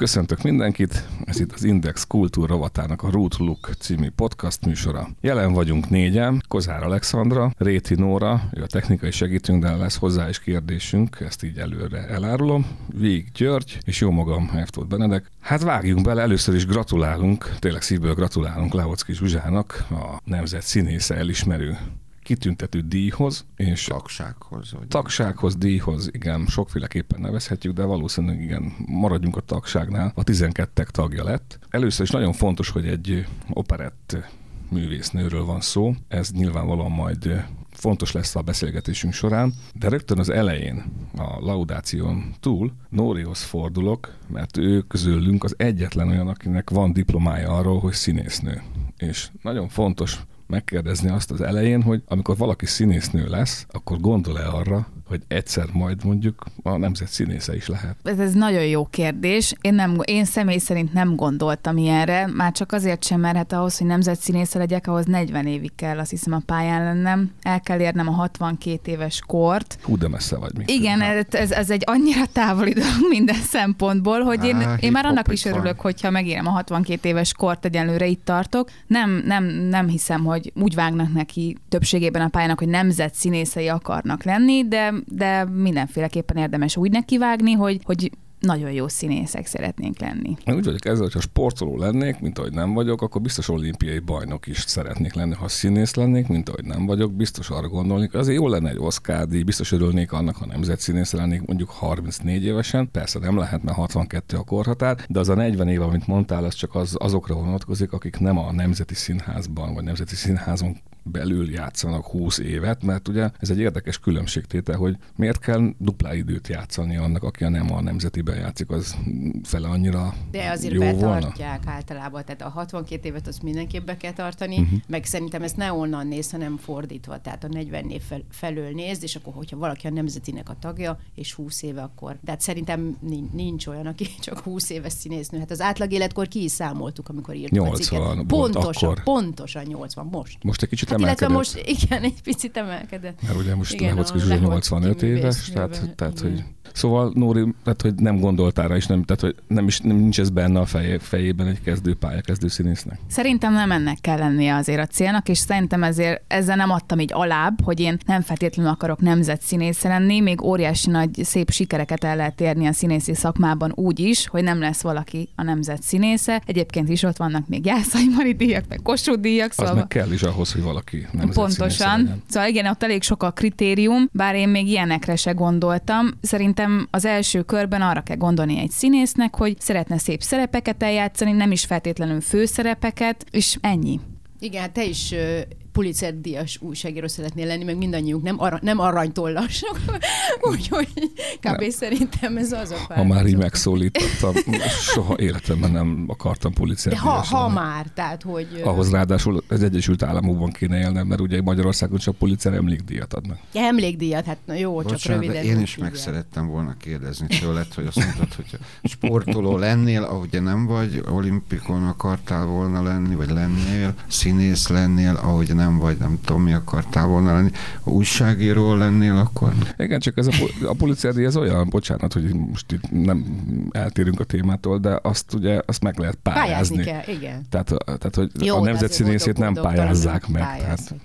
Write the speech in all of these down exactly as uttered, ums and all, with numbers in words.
Köszöntök mindenkit, ez itt az Index Kultúr rovatának a Root Look című podcast műsora. Jelen vagyunk négyen, Kozár Alexandra, Réti Nóra, ő a technikai segítőnk, de lesz hozzá is kérdésünk, ezt így előre elárulom, Vég György, és jó magam, Eftóth Benedek. Hát vágjunk bele, először is gratulálunk, tényleg szívből gratulálunk Lehoczky Zsuzsának, a nemzet színésze elismerő kitüntető díjhoz, és tagsághoz. Tagsághoz, díjhoz, igen, sokféleképpen nevezhetjük, de valószínűleg igen, maradjunk a tagságnál. A tizenkettek tagja lett. Először is nagyon fontos, hogy egy operett művésznőről van szó. Ez nyilvánvalóan majd fontos lesz a beszélgetésünk során, de rögtön az elején, a laudáción túl Nórihoz fordulok, mert ő közülünk az egyetlen olyan, akinek van diplomája arról, hogy színésznő. És nagyon fontos megkérdezni azt az elején, hogy amikor valaki színésznő lesz, akkor gondol-e arra, hogy egyszer majd mondjuk a nemzet színésze is lehet? Ez, ez nagyon jó kérdés. Én, nem, én személy szerint nem gondoltam ilyenre, már csak azért sem, mert hát ahhoz, hogy nemzet színésze legyek, ahhoz negyven évig kell, azt hiszem, a pályán lennem. El kell érnem a hatvankét éves kort. Hú, de messze vagy még. Igen, ez, ez egy annyira távoli dolog minden szempontból, hogy én, Á, én már annak is örülök, hogyha megérem a hatvankét éves kort, egyelőre itt tartok. Nem, nem, nem hiszem, hogy úgy vágnak neki többségében a pályának, hogy nemzet színészei akarnak lenni, de de mindenféleképpen érdemes úgy nekivágni, hogy, hogy nagyon jó színészek szeretnénk lenni. Én úgy vagyok ezzel, hogyha sportoló lennék, mint ahogy nem vagyok, akkor biztos olimpiai bajnok is szeretnék lenni. Ha színész lennék, mint ahogy nem vagyok, biztos arra gondolnék, azért jó lenne egy Oscar-díj, biztos örülnék annak, ha nemzetszínész lennék mondjuk harmincnégy évesen. Persze nem lehet, mert hatvankettő a korhatár, de az a negyven év, amit mondtál, az csak az, azokra vonatkozik, akik nem a Nemzeti Színházban, vagy Nemzeti Színházon belül játszanak húsz évet, mert ugye ez egy érdekes különbségtétel, hogy miért kell duplá időt játszani annak, aki a nem a nemzetiben játszik, az fele annyira de azért jó betartják volna. Általában, tehát a hatvankét évet azt mindenképp be kell tartani, uh-huh. meg szerintem ezt ne onnan néz, hanem fordítva, tehát a negyven év fel, felől nézd, és akkor, hogyha valaki a nemzetinek a tagja, és húsz éve akkor. Tehát szerintem nincs olyan, aki csak húsz éves színésznő. Hát az átlag életkor ki is számoltuk, amikor írtuk nyolcvan a cikket. Pontosan, akkor. pontosan nyolcvan most. Most egy kicsit hát emelkedett. Most, igen, egy picit emelkedett. Mert ugye most Lehoczky Zsuzsa nyolcvanöt éves, tehát, tehát hogy szóval Nóri, tehát hogy nem gondoltál rá, és nem, tehát hogy nem is nem, nincs ez benne a feje, fejében egy kezdőpálya, kezdőszínésznek. Szerintem nem ennek kell lennie azért a célnak, és szerintem ezért ezzel nem adtam így alább, hogy én nem feltétlenül akarok nemzetszínész lenni, még óriási nagy szép sikereket el lehet érni a színészi szakmában úgy is, hogy nem lesz valaki a nemzetszínésze. Egyébként is ott vannak még Jászai Mari díjak, meg Kossuth díjak. Az szóval... meg kell is ahhoz, hogy valaki pontosan. Szóval igen, ott elég sok a kritérium, bár én még ilyenekre se gondoltam. Szerintem az első körben arra kell gondolni egy színésznek, hogy szeretne szép szerepeket eljátszani, nem is feltétlenül főszerepeket, és ennyi. Igen, te is Pulitzer-díjas újságíró szeretnél lenni, meg mindannyiunk nem, ara, nem aranytollas. Úgyhogy kb. Szerintem ez az a pár. Ha már így megszólítottam, soha életemben nem akartam Pulitzer-díjas. De ha, ha már, tehát hogy... Ahhoz ráadásul az Egyesült Államokban kéne élnem, mert ugye Magyarországon csak Pulitzer emlékdíjat adnak. Emlékdíjat, hát na jó, Bocsánat, csak röviden. Én is meg szerettem volna kérdezni tőled, hogy azt mondtad, hogy sportoló lennél, ahogy nem vagy, olimpikon akartál volna lenni, vagy lennél, színész lennél, ahogy nem vagy, nem tudom, mi akartál volna lenni. Ha újságíró lennél, akkor... Igen, csak ez a, a Pulitzer-díj ez olyan, bocsánat, hogy most itt nem eltérünk a témától, de azt ugye, azt meg lehet pályázni. Pályázni kell, igen. Tehát, tehát hogy jó, a nemzetszínészét nem pályázzák meg. Tehát,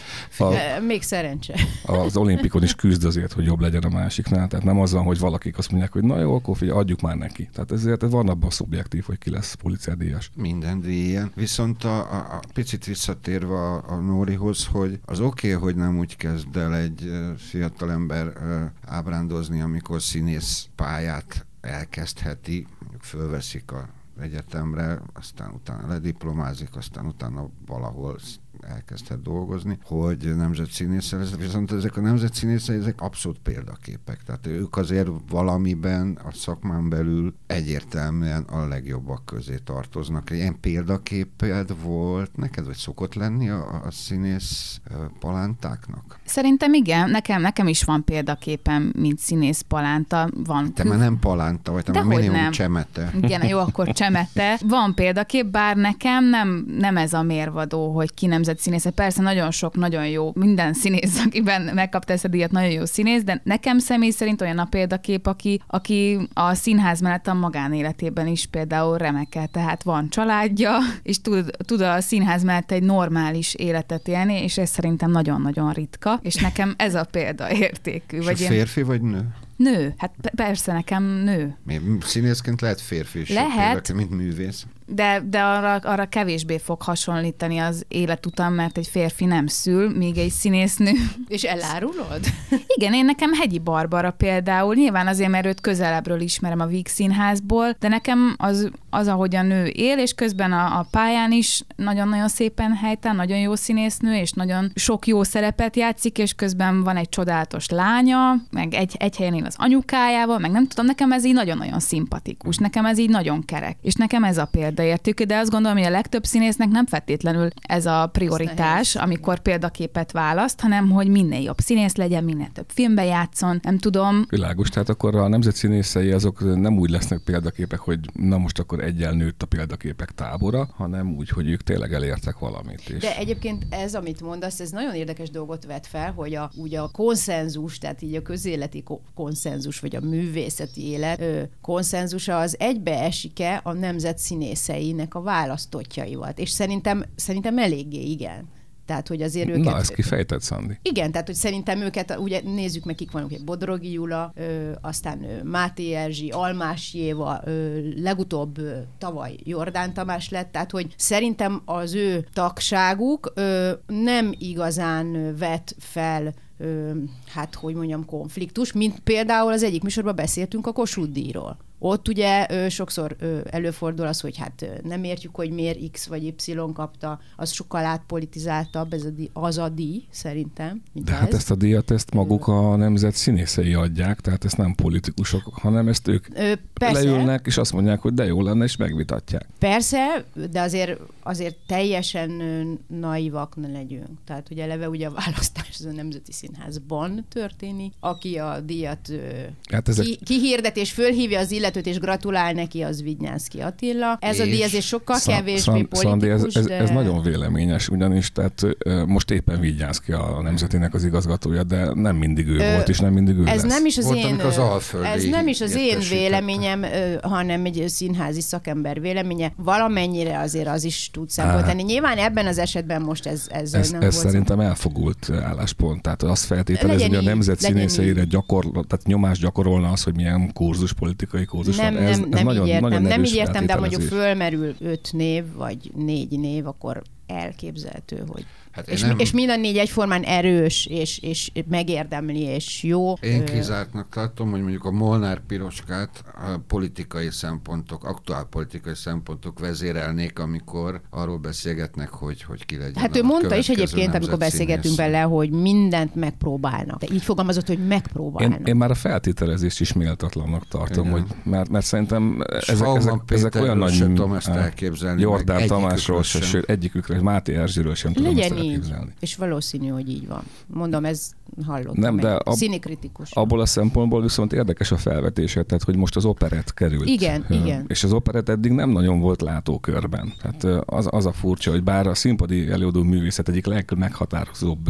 a, még szerencse. Az olimpikon is küzd azért, hogy jobb legyen a másiknál. Tehát nem az van, hogy valakik azt mondják, hogy na jó, akkor figyelj, adjuk már neki. Tehát ezért van abban szubjektív, hogy ki lesz Pulitzer-díjas. Minden díjjel. Viszont a, a, a picit visszatérve a, a Nórihoz, hogy az oké, okay, hogy nem úgy kezd el egy uh, fiatalember uh, ábrándozni, amikor színész pályát elkezdheti, mondjuk fölveszik a egyetemre, aztán utána lediplomázik, aztán utána valahol elkezdhet dolgozni, hogy nemzetszínésszel, viszont ezek a nemzetszínészek, ezek abszolút példaképek. Tehát ők azért valamiben a szakmán belül egyértelműen a legjobbak közé tartoznak. Ilyen példaképed volt neked, vagy szokott lenni a, a színész palántáknak? Szerintem igen, nekem, nekem is van példaképem, mint színész palánta. Van. Te már nem palánta, vagy te már minimum nem. Csemete. Igen, jó, akkor csemete. Van példakép, bár nekem nem, nem ez a mérvadó, hogy ki nemzetszínész nemzetszínésze. Persze nagyon sok, nagyon jó, minden színész, akiben megkapta ezt a díjat, nagyon jó színész, de nekem személy szerint olyan a példakép, aki, aki a színház mellett a magánéletében is például remekel, tehát van családja, és tud, tud a színház mellett egy normális életet élni, és ez szerintem nagyon-nagyon ritka, és nekem ez a példaértékű. És vagy a férfi én... vagy nő? Nő. Hát persze, nekem nő. Mi, színészként lehet férfi is, lehet, sok, mint művész. De, de arra, arra kevésbé fog hasonlítani az életutam, mert egy férfi nem szül, míg egy színésznő. És elárulod? Igen, én nekem Hegyi Barbara például, nyilván azért, mert őt közelebbről ismerem a Víg Színházból, de nekem az, az ahogy a nő él, és közben a, a pályán is nagyon-nagyon szépen helytáll, nagyon jó színésznő, és nagyon sok jó szerepet játszik, és közben van egy csodálatos lánya, meg egy, egy helyen él az anyukájával, meg nem tudom, nekem ez így nagyon-nagyon szimpatikus, nekem ez így nagyon kerek, és nekem ez a példaértékű, de azt gondolom, hogy a legtöbb színésznek nem feltétlenül ez a prioritás, amikor példaképet választ, hanem hogy minél jobb színész legyen, minél több filmbe játszon, nem tudom. Világos, tehát akkor a nemzetszínészei azok nem úgy lesznek példaképek, hogy na most akkor egyen nőtt a példaképek tábora, hanem úgy, hogy ők tényleg elértek valamit. És... De egyébként ez, amit mondasz, ez nagyon érdekes dolgot vet fel, hogy a, ugye a konszenzus, tehát így a közéleti konszenzus, vagy a művészeti élet ö, konszenzusa az egybeesik-e a nemzet színészeinek a választottjaival. És szerintem, szerintem eléggé igen. Tehát, hogy azért őket... Na, ezt kifejtett, Szandi. Igen, tehát, hogy szerintem őket, ugye nézzük meg, kik vannak, Bodrogi Gyula, ö, aztán ö, Máté Erzsi, Almás Éva, ö, legutóbb ö, tavaly Jordán Tamás lett, tehát, hogy szerintem az ő tagságuk ö, nem igazán vet fel Ö, hát, hogy mondjam, konfliktus, mint például az egyik műsorban beszéltünk a Kossuth díjról. Ott ugye ö, sokszor ö, előfordul az, hogy hát ö, nem értjük, hogy miért X vagy Y kapta, az sokkal átpolitizáltabb ez a díj, az a díj, szerintem. Mint De ez. Hát ezt a díjat, ezt maguk a nemzet színészei adják, tehát ezt nem politikusok, hanem ezt ők ö, leülnek, és azt mondják, hogy de jó lenne, és megvitatják. Persze, de azért, azért teljesen naivak ne legyünk. Tehát, hogy eleve ugye a választás az a Nemzeti Színházban történik, aki a díjat hát ezek... ki, kihirdet és fölhívja az illetőt, és gratulál neki, az Vidnyánszky Attila. Ez a díj azért sokkal Szan, kevésbé Szan, politikus, Szandi, ez, ez, de... ez nagyon véleményes, ugyanis tehát most éppen Vidnyánszky a Nemzetinek az igazgatója, de nem mindig ő Ö, volt, és nem mindig ő ez lesz. Nem is az volt, én, az ez nem is az én véleményem, hanem egy színházi szakember véleménye. Valamennyire azért az is tud szempolt tenni. Nyilván ebben az esetben most ez, ez, ez nem ez volt szerintem elfogult álláspont. Tehát azt feltételezi, hogy a nemzet színészeire gyakor, tehát nyomást gyakorolna az, hogy milyen kurzus, politikai kurzus nem, van. Ez, nem, ez nem nagyon, így értem, nagyon nem így értem, de mondjuk feltételezés. fölmerül öt név, vagy négy név, akkor elképzelhető, hogy Hát és, nem... és mind a négy egyformán erős, és, és megérdemli, és jó. Én kizártnak tartom, hogy mondjuk a Molnár Piroskát a politikai szempontok, aktuál politikai szempontok vezérelnék, amikor arról beszélgetnek, hogy, hogy ki legyen. Hát ő mondta is egyébként, amikor beszélgetünk vele, hogy mindent megpróbálnak. De így fogalmazott, hogy megpróbálnak. Én, én már a feltételezést is méltatlannak tartom, igen. hogy mert, mert szerintem ezek, ezek, ezek olyan nagy... sem tudom ezt elképzelni. Jordán Tamásról se, sőt, egyikükről, Máté Erzsiről sem tudom ezt elképzelni. És valószínű, hogy így van. Mondom, ez hallottam. Nem, de ab, színikritikus. Abból a szempontból viszont érdekes a felvetése, tehát hogy most az operett került. Igen, Ö, igen. És az operett eddig nem nagyon volt látókörben. Tehát az, az a furcsa, hogy bár a színpadi előadó művészet egyik legmeghatározóbb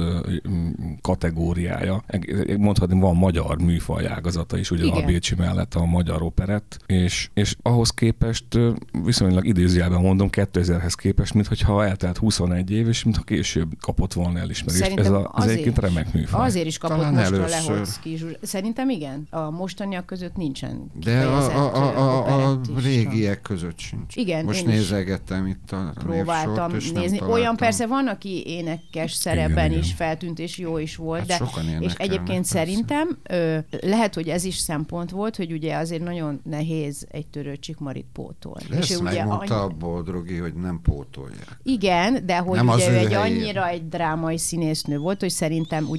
kategóriája, mondhatni van magyar műfaj ágazata is, ugye igen. a Bécsi mellett a magyar operett, és, és ahhoz képest viszonylag idézőjelben mondom, kétezerhez képest, mintha eltelt huszonegy év, és mintha később kapott volna elismerést. Ez, a, ez egyébként remek műfaj. Azért is kapott talán most először. a Lehoczky Zsuzsa. Szerintem igen. A mostaniak között nincsen de a, a, a, a régiek között sincs. Igen, most nézegettem itt a próbáltam névsort, nézni. Olyan persze van, aki énekes szerepben igen, is igen. feltűnt, és jó is volt, hát de és egyébként persze. Szerintem ö, lehet, hogy ez is szempont volt, hogy ugye azért nagyon nehéz egy Törő Csikmarit pótolni. De és ezt ugye megmondta annyi... a Bodrogi, hogy nem pótolják. Igen, de hogy nem ugye ő egy helyén. annyira egy drámai színésznő volt, hogy szerintem ugye Kering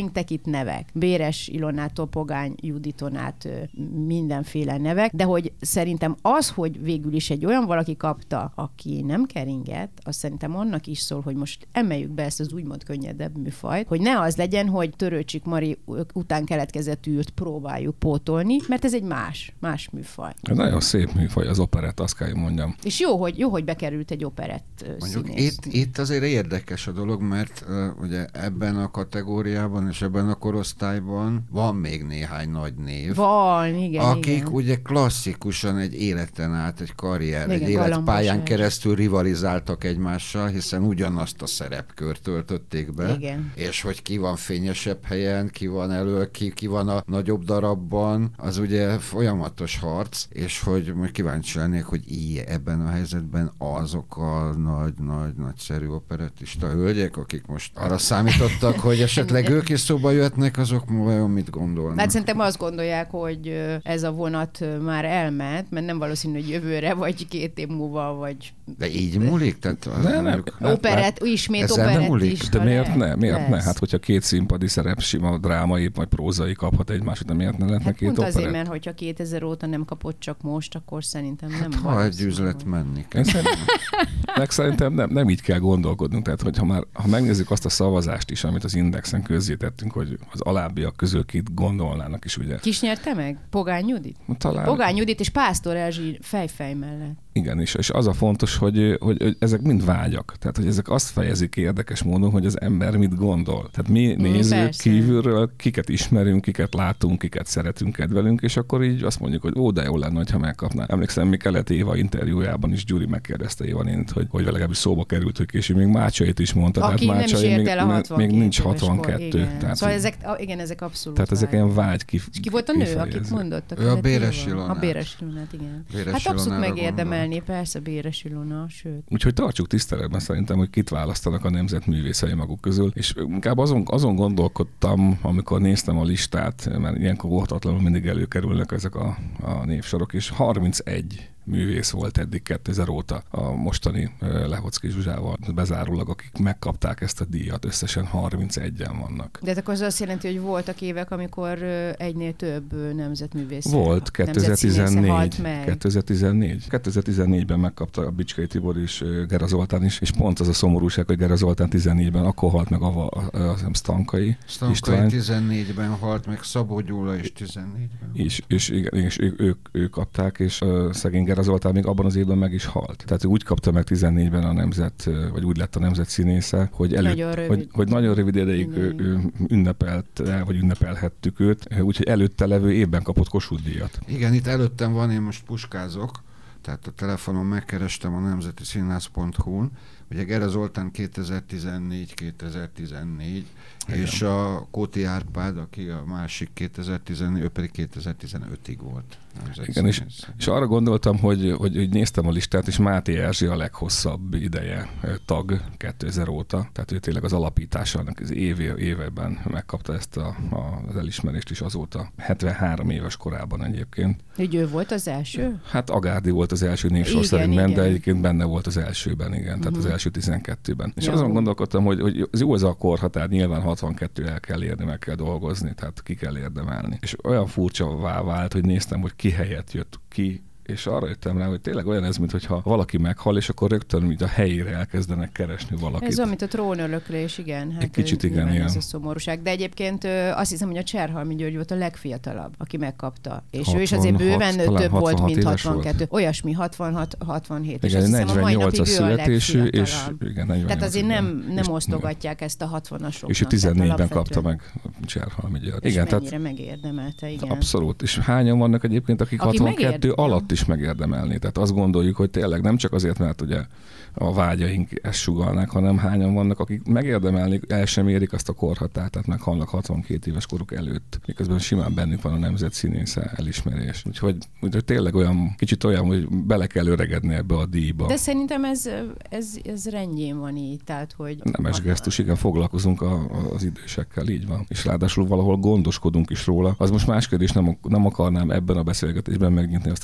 rengeteg itt nevek. Béres Ilonától Pogány Juditon át mindenféle nevek, de hogy szerintem az, hogy végül is egy olyan valaki kapta, aki nem keringet, az szerintem annak is szól, hogy most emeljük be ezt az úgymond könnyedebb műfajt, hogy ne az legyen, hogy Törőcsik Mari után keletkezett űrt próbáljuk pótolni, mert ez egy más, más műfaj. Ez nagyon szép műfaj az operett, azt kell mondjam. És jó, hogy, jó, hogy bekerült egy operett Mondjuk itt, itt azért érdekes a dolog, mert uh, ugye ebben a kategóriában és ebben a korosztályban van még néhány nagy név. Van, igen, akik igen. ugye klasszikusan egy életen át, egy karrier, igen, egy életpályán Galambos keresztül rivalizáltak egymással, hiszen ugyanazt a szerepkört töltötték be. Igen. És hogy ki van fényesebb helyen, ki van elő, ki, ki van a nagyobb darabban, az ugye folyamatos harc, és hogy most kíváncsi lennék, hogy így ebben a helyzetben azok a nagy-nagy nagyszerű operettista hölgyek, akik most arra számítottak, hogy esetleg ők is szóba jöhetnek, azok vajon mit gondolnak? Hát szerintem azt gondolják, hogy ez a vonat már elment, mert nem valószínű, hogy jövőre, vagy két év múlva, vagy... De így múlik? Tehát az ne, mondjuk, nem. Operett, ismét Ezzel nem múlik? operettista. De miért ne? Miért lesz. ne? Hát hogyha két színpadi szerep, sima drámai vagy prózai kaphat egymást, de miért ne lehetne Hát két pont operett? azért, mert hogyha kétezer óta nem kapott csak most, akkor szerintem nem hát, ha valószínű. egy üzlet menni kell. Én szerintem, meg szerintem nem, nem így kell gondolkodnunk. Tehát, hogyha már, ha megnézzük azt a szavazást is, amit az Indexen közzétettünk, hogy az alábbiak közül kit gondolnának is, ugye. Kis nyerte meg? Pogány Judit? Talán... Pogány Judit és Pásztor Erzsi fejfej mellett. Igen, és, és az a fontos, hogy, hogy, hogy ezek mind vágyak. Tehát, hogy ezek azt fejezik érdekes módon, hogy az ember mit gondol. Tehát mi nézők persze. kívülről kiket ismerünk, kiket látunk, kiket szeretünk, kedvelünk, és akkor így azt mondjuk, hogy ó, de jó lenne, ha megkapná. Emlékszem, mi Kelet Éva interjújában is Gyuri megkérdezte Éva nénit, hogy, hogy legalábbis szóba került, hogy később még Mácsait is mondta. Aki tehát nem is ért el a még, hatvankét még nincs éves hatvankettő. kor, igen. Tehát, szóval ezek, igen, ezek abszolút tehát ezek vágy. ilyen vágy kif, És ki volt a nő, kifejező. akit mondott? A Ő a Kelet Béres Éva? Ilonát. A Béres Ilonát, igen. Béres Hát abszolút Ilonára megérdemelni, gondolt. persze Béres Ilona, sőt. Úgyhogy tartsuk tiszteletben szerintem, hogy kit választanak a nemzet művészei maguk közül. És inkább azon, azon gondolkodtam, amikor néztem a listát, mert ilyenkor óhatatlanul mindig előkerülnek ezek a, a névsorok, és harmincegy művész volt eddig kétezer óta a mostani Lehocki Zsuzsával bezárólag, akik megkapták ezt a díjat, összesen harmincegyen vannak. De akkor az azt jelenti, hogy voltak évek, amikor egynél több nemzetművész. Volt kétezer-tizennégy. Halt meg. kétezer-tizennégy. kétezer-tizennégyben megkapta a Bicskei Tibor és Gera Zoltán is, és pont az a szomorúság, hogy Gera Zoltán tizennégyben akkor halt meg a, a, a, a Stankai. Stankai tizennégyben halt meg, Szabó Gyula is tizennégyben. És, és, igen, és ők, ők, ők kapták, és uh, szegény Gera Zoltán még abban az évben meg is halt. Tehát ő úgy kapta meg tizennégyben a nemzet, vagy úgy lett a nemzet színésze, hogy, előtt, nagyon rövid. hogy, hogy nagyon rövid ideig ő, ő ünnepelt, vagy ünnepelhettük őt, úgyhogy előtte levő évben kapott Kossuth díjat. Igen, itt előttem van, én most puskázok, tehát a telefonon megkerestem a nemzeti színház pont hu-n, ugye Gera Zoltán kétezer-tizennégy kétezer-tizennégy, igen. És a Kóti Árpád, aki a másik kétezer-tizennégy, ő pedig kétezer-tizenötig volt. Igen, és, és arra gondoltam, hogy, hogy, hogy néztem a listát, és Máté Erzsi a leghosszabb ideje tag kétezer óta, tehát ő tényleg az alapításának az év, éveben megkapta ezt a, a, az elismerést is azóta, hetvenhárom éves korában egyébként. Hogy ő volt az első? Hát Agárdi volt az első névsor szerintben, de egyébként benne volt az elsőben, igen, tehát uh-huh. az első tizenkettőben. És jó. azon gondolkodtam, hogy, hogy az jó az a korhatár, nyilván hatvankettő el kell érni, meg kell dolgozni, tehát ki kell érdemelni. És olyan furcsavá vált, hogy néztem, hogy ki helyett jött ki, és arra jöttem rá, hogy tényleg olyan ez, mintha valaki meghal, és akkor rögtön mint a helyére elkezdenek keresni valakit. Ez olyan, mint a trónöröklés, igen. Hát egy kicsit igen, igen. Ez a szomorúság. De egyébként azt hiszem, hogy a Cserhalmi György volt a legfiatalabb, aki megkapta. És hatvanhat, ő is azért bőven több volt, mint hatvankettő. Volt. Olyasmi, hatvanhat, hatvanhét. Igen, és azt hiszem, a mai napig a születésű, és igen, Tehát azért nem, nem osztogatják ezt a hatvanasoknak. És ő tizennégyben kapta meg Cserhalmi György. És mennyire megérdemelte, igen. Abszolút. És hányan vannak egyébként, akik hatvankettő alatt is megérdemelni. Tehát azt gondoljuk, hogy tényleg nem csak azért, mert ugye a vágyaink ezt sugallnák, hanem hányan vannak, akik megérdemelni, el sem érik azt a korhatárt, tehát meghalnak hatvankét éves koruk előtt, miközben simán bennük van a nemzet színésze elismerés. Úgyhogy, úgyhogy tényleg olyan, kicsit olyan, hogy bele kell öregedni ebbe a díjba. De szerintem ez, ez, ez rendjén van így, tehát hogy... Nemes gesztus, igen, foglalkozunk a, az idősekkel, így van. És ráadásul valahol gondoskodunk is róla. Az most más kérdés, nem, nem akarnám ebben a beszélgetésben megnyitni azt a témát,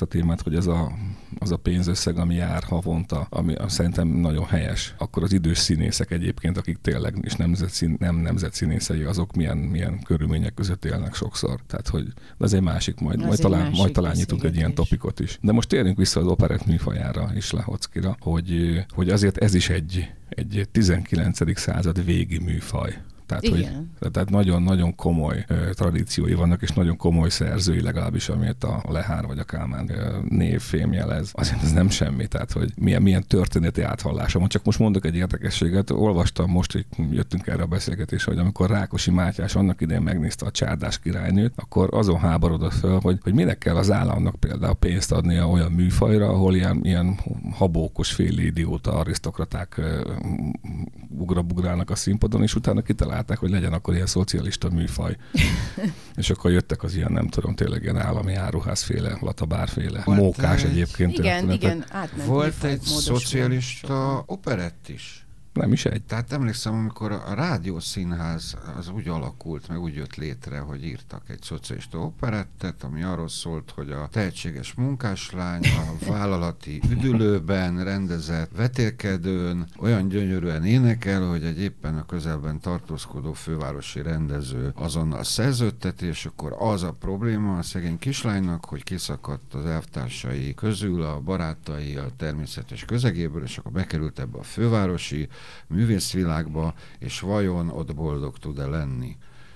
hogy ez a, az a pénzösszeg, ami jár havonta, ami szerintem nagyon helyes, akkor az idős színészek egyébként, akik tényleg is nemzetszín, nem nemzetszínészei, azok milyen, milyen körülmények között élnek sokszor. Tehát, hogy ez egy másik, majd, majd talán, másik majd talán nyitunk egy ilyen topikot is. De most térjünk vissza az operett műfajára és Lehockira, hogy, hogy azért ez is egy, egy tizenkilencedik század végi műfaj. Tehát, hogy, tehát nagyon-nagyon komoly uh, tradíciói vannak, és nagyon komoly szerzői, legalábbis amit a Lehár vagy a Kálmán uh, név fémjelez. Azért ez nem semmi, tehát hogy milyen, milyen történeti áthallása van. Csak most mondok egy érdekességet. Olvastam most, hogy jöttünk erre a beszélgetésre, hogy amikor Rákosi Mátyás annak idején megnézte a Csárdás királynőt, akkor azon háborodott fel, hogy, hogy minek kell az államnak például pénzt adnia olyan műfajra, ahol ilyen, ilyen habókos, fél idióta arisztokraták uh, ugrabugrálnak a színpadon, és utána kitalálták, hogy legyen akkor ilyen szocialista műfaj. És akkor jöttek az ilyen, nem tudom, tényleg ilyen állami áruházféle, latabárféle, mókás egyébként. Igen, igen, átment. Volt egy szocialista operett is. Nem is egy. Tehát emlékszem, amikor a Rádiószínház az úgy alakult, meg úgy jött létre, hogy írtak egy szocialista operettet, ami arról szólt, hogy a tehetséges munkáslány a vállalati üdülőben rendezett vetélkedőn olyan gyönyörűen énekel, hogy egy éppen a közelben tartózkodó fővárosi rendező azonnal szerződteti, és akkor az a probléma a szegény kislánynak, hogy kiszakadt az elvtársai közül, a barátai a természetes közegéből, és akkor bekerült ebbe a fővárosi művészvilágba, és vajon ott boldog tud-e lenni?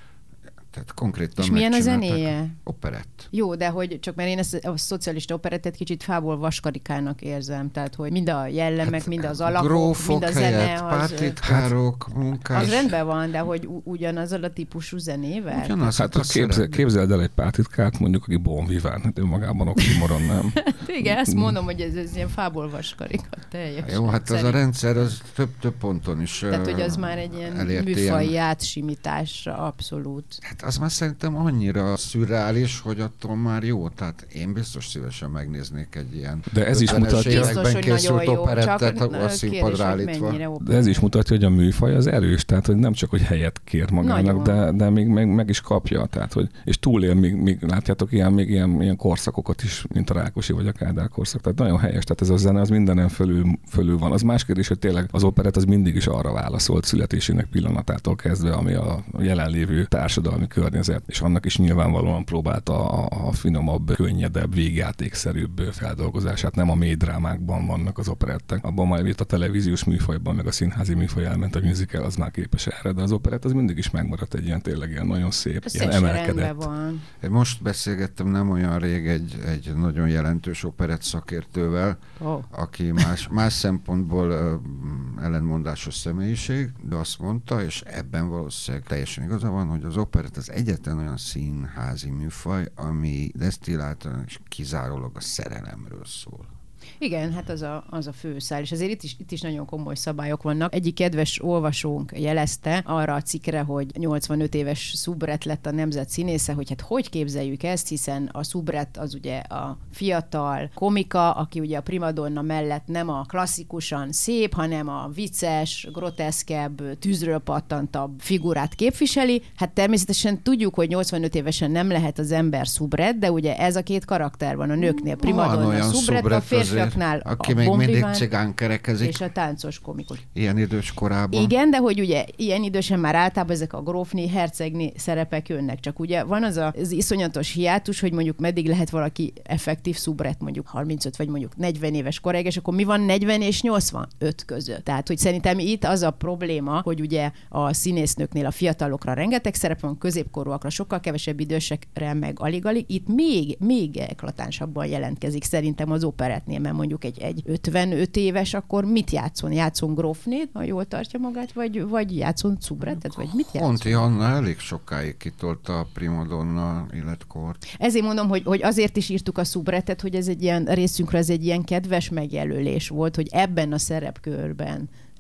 Tehát konkrétan és milyen a zenéje? Operett. Jó, de hogy csak mert én ezt a szocialista operettet kicsit fából vaskarikának érzem, tehát hogy mind a jellemek, hát, mind az alakok, mind a zene. Az, pártitkárok, munkás. Az rendben van, de hogy ugyanazzal a típusú zenével? Ugyanaz, hát ha képzel, képzeld el egy pártitkárt, mondjuk, aki Bon Vivant, hát önmagában oximoron, nem? Igen, ezt mondom, hogy ez, ez ilyen fából vaskarika teljesen. Jó, hát szerint. Az a rendszer az több, több ponton is tehát, hogy az már egy ilyen műfaji átsimításra abszolút. Hát az már szerintem annyira szürreális, hogy attól már jó. Tehát én biztos szívesen megnéznék egy ilyen de ez is mutatja, biztos, hogy nagyon jó, operettet a színpadra állítva. De ez is mutatja, hogy a műfaj az erős, tehát hogy nem csak, hogy helyet kér magának, de, de még meg, meg is kapja. Tehát, hogy, és túlél, még, még látjátok ilyen, még ilyen, ilyen korszakokat is, mint a Rákosi vagy a Kádár korszak. Tehát nagyon helyes, tehát ez a zene az mindenen fölül, fölül van. Az más kérdés, hogy tényleg az operett az mindig is arra válaszolt születésének pillanatától kezdve, ami a jelenlévő társadalmi környezet, és annak is nyilvánvalóan próbálta a, a finomabb, könnyedebb, végjátékszerűbb feldolgozását. Nem a mély drámákban vannak az operettek. Abban majd itt a televíziós műfajban, meg a színházi műfaj elment, a musical az már képes erre, de az operett az mindig is megmaradt egy ilyen tényleg ilyen nagyon szép, ez ilyen emelkedett. Van. Én most beszélgettem nem olyan rég egy, egy nagyon jelentős operett szakértővel, oh. aki más, más szempontból uh, ellenmondásos személyiség, de azt mondta, és ebben valószínűleg teljesen igaza van, hogy az operett az egyetlen olyan színházi műfaj, ami desztilláltan és kizárólag a szerelemről szól. Igen, hát az a, az a főszál, és azért itt is, itt is nagyon komoly szabályok vannak. Egyik kedves olvasónk jelezte arra a cikkre, hogy nyolcvanöt éves Subret lett a nemzet színésze, hogy hát hogy képzeljük ezt, hiszen a Subret az ugye a fiatal komika, aki ugye a primadonna mellett nem a klasszikusan szép, hanem a vicces, groteszkebb, tűzről pattantabb figurát képviseli. Hát természetesen tudjuk, hogy nyolcvanöt évesen nem lehet az ember Subret, de ugye ez a két karakter van a nőknél, primadonna Subret, a férfiak aki még mindig cigán kerekezik. És a táncos komikus. Ilyen idős korában. Igen, de hogy ugye ilyen idősen már általában ezek a grófni, hercegni szerepek jönnek. Csak ugye van az a, az iszonyatos hiátus, hogy mondjuk meddig lehet valaki effektív Subret, mondjuk harmincöt vagy mondjuk negyven éves koráig, és akkor mi van negyven és nyolcvanöt között. Tehát, hogy szerintem itt az a probléma, hogy ugye a színésznőknél a fiatalokra rengeteg szerep van, középkorúakra sokkal kevesebb, idősekre meg alig-alig. Itt még, még eklatánsabban jelentkezik szerintem az operettnél, mert mondjuk egy, egy ötvenöt éves, akkor mit játszon? Játszon grófnét, ha jól tartja magát, vagy, vagy játszon Subretet, vagy mit játszon? Honti Anna elég sokáig kitolta a primadonna életkort. Ezért mondom, hogy, hogy azért is írtuk a Subretet, hogy ez egy ilyen részünkre ez egy ilyen kedves megjelölés volt, hogy ebben a szerepkörben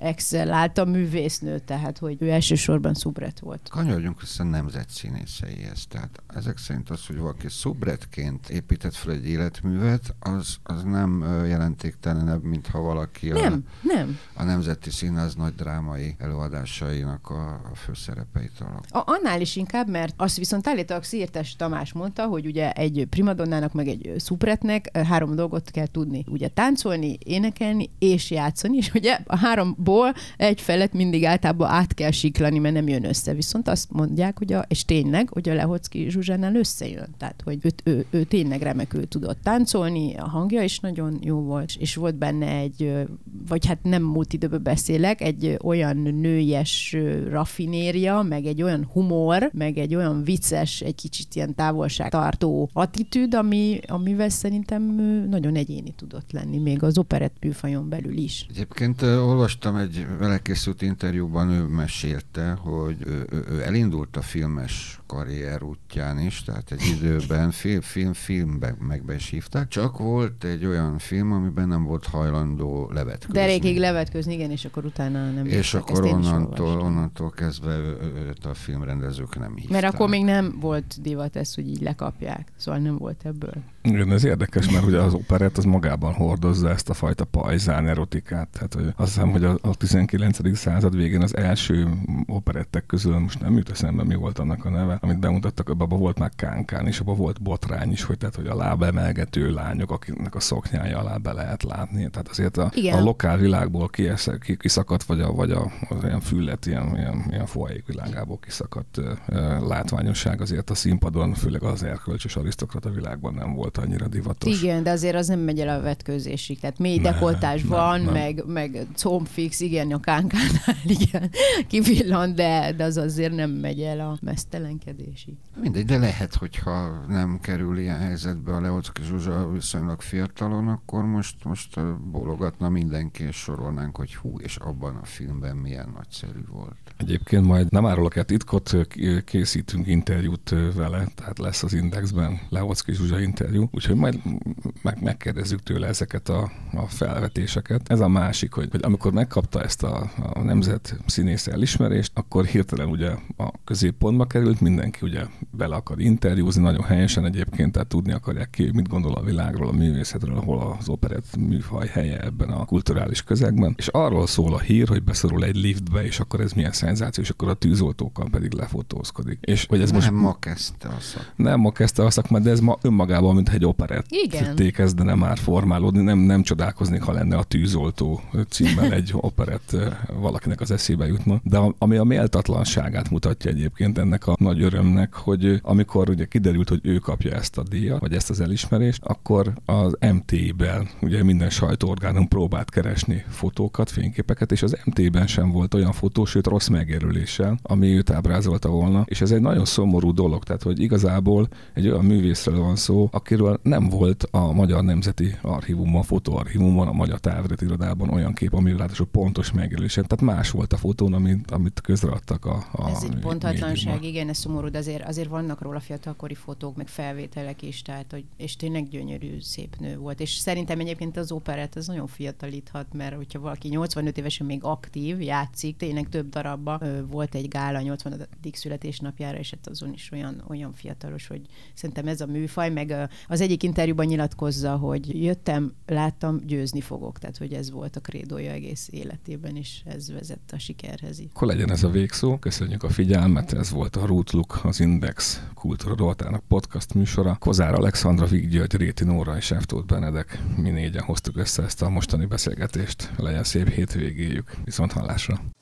excellálta művésznő, tehát hogy ő elsősorban szubret volt. Kanyarodjunk vissza nemzetszínészeihez. Tehát ezek szerint az, hogy valaki szubretként épített fel egy életművet, az, az nem jelentéktelenebb, mint ha valaki nem, a, nem. a Nemzeti Színház nagy drámai előadásainak a, a főszerepeit alak. A, annál is inkább, mert azt viszont állítólag Szirtes Tamás mondta, hogy ugye egy primadonnának, meg egy szubretnek három dolgot kell tudni. Ugye táncolni, énekelni és játszani, és ugye a háromból egy felet mindig általában át kell siklani, mert nem jön össze. Viszont azt mondják, hogy a, és tényleg, hogy a Lehocki Zsuzsánál összejön. Tehát, hogy ő, ő, ő tényleg remekül tudott táncolni, a hangja is nagyon jó volt, és volt benne egy, vagy hát nem múlt időben beszélek, egy olyan nőies raffinéria, meg egy olyan humor, meg egy olyan vicces, egy kicsit ilyen távolságtartó attitűd, ami, amivel szerintem nagyon egyéni tudott lenni, még az operett műfajon belül is. Egyébként uh, olvastam egy vele készült interjúban, ő mesélte, hogy ő, ő, ő elindult a filmes karrier útján is, tehát egy időben film, film, filmbe megbe is hívták, csak volt egy olyan film, amiben nem volt hajlandó levetközni. Derékig levetközni, igen, és akkor utána nem. És akkor onnantól, onnantól kezdve őt a filmrendezők nem hívták. Mert akkor még nem volt divat ez, hogy így lekapják, szóval nem volt ebből. Igen, ez érdekes, mert ugye az operett az magában hordozza ezt a fajta pajzán erotikát. Tehát hogy azt hiszem, hogy a, a tizenkilencedik század végén az első operettek közül, most nem jut eszembe, mi volt annak a neve, amit bemutattak, abban volt már kánkán, és abban volt botrány is, hogy, tehát, hogy a lábemelgető lányok, akiknek a szoknyája alá be lehet látni. Tehát azért a, a lokál világból kiszakadt, vagy a, vagy a, az ilyen füllet, ilyen, ilyen, ilyen foajék világából kiszakadt uh, látványosság azért a színpadon, főleg az erkölcsös arisztokrata világban nem volt annyira divatos. Igen, de azért az nem megy el a vetkőzésig. Tehát mély ne, dekoltás nem, van, nem. meg, meg combfix, igen, a kánkánál, igen, kivillant, de, de az azért nem megy el a mesztelenkedésig. Mindegy, de lehet, hogyha nem kerül ilyen helyzetbe a Lehocki Zsuzsa viszonylag fiatalon, akkor most, most bólogatna mindenki, és sorolnánk, hogy hú, és abban a filmben milyen nagyszerű volt. Egyébként majd nem árulok el titkot, készítünk interjút vele, tehát lesz az Indexben Lehocki Zsuzsa interjú, úgyhogy majd meg, megkérdezzük tőle ezeket a, a felvetéseket. Ez a másik, hogy, hogy amikor megkapta ezt a, a nemzet színész elismerést, akkor hirtelen ugye a középpontba került, mindenki ugye bele akar interjúzni, nagyon helyesen egyébként, tehát tudni akarják ki, mit gondol a világról, a művészetről, hol az operett műfaj helye ebben a kulturális közegben. És arról szól a hír, hogy beszorul egy liftbe, és akkor ez milyen szenzáció, és akkor a tűzoltókkal pedig lefotózkodik. És hogy ez nem most ma kezdte a szakmát. Nem ma kezdte a szakmát, de ez ma önmagában, mint egy operetté kezdene már formálódni. Nem, nem csodálkoznék, ha lenne a Tűzoltó címmel egy operett valakinek az eszébe jutna. De ami a méltatlanságát mutatja egyébként ennek a nagy örömnek, hogy amikor ugye kiderült, hogy ő kapja ezt a díjat, vagy ezt az elismerést, akkor az em té í-ben ugye minden sajtóorgánum próbált keresni fotókat, fényképeket, és az em té í-ben sem volt olyan fotó, sőt rossz megjelöléssel, ami őt ábrázolta volna. És ez egy nagyon szomorú dolog, tehát hogy igazából egy olyan művészről van szó, akiről nem volt a Magyar Nemzeti Archívumban, fotóarchívumban, a Magyar Táviratirodában olyan kép, ami ráadásul pontos megjelölésen. Tehát más volt a fotón, amit, amit közreadtak a, a Ez egy pontatlanság, igen, ez szomorú, de azért, azért vannak róla fiatalkori fotók, meg felvételek is, tehát, hogy, és tényleg gyönyörű, szép nő volt. És szerintem egyébként az operett az nagyon fiatalíthat, mert hogyha valaki nyolcvanöt évesen még aktív, játszik, tényleg több darabba volt egy gála nyolcvanadik születésnapjára, és hát azon is olyan, olyan fiatalos, hogy szerintem ez a műfaj, meg az egyik interjúban nyilatkozza, hogy jöttem, láttam, győzni fogok. Tehát, hogy ez volt a krédója egész életében, és ez vezette a sikerhez. Akkor legyen ez a végszó. Köszönjük a figyelmet. Ez volt a Root Look, az Index Kultúra rovatának podcast műsora. Kozár Alexandra, Vig György, Réti Nóra és F. Tóth Benedek. Mi négyen hoztuk össze ezt a mostani beszélgetést. Legyen szép hétvégéjük. Viszont hallásra.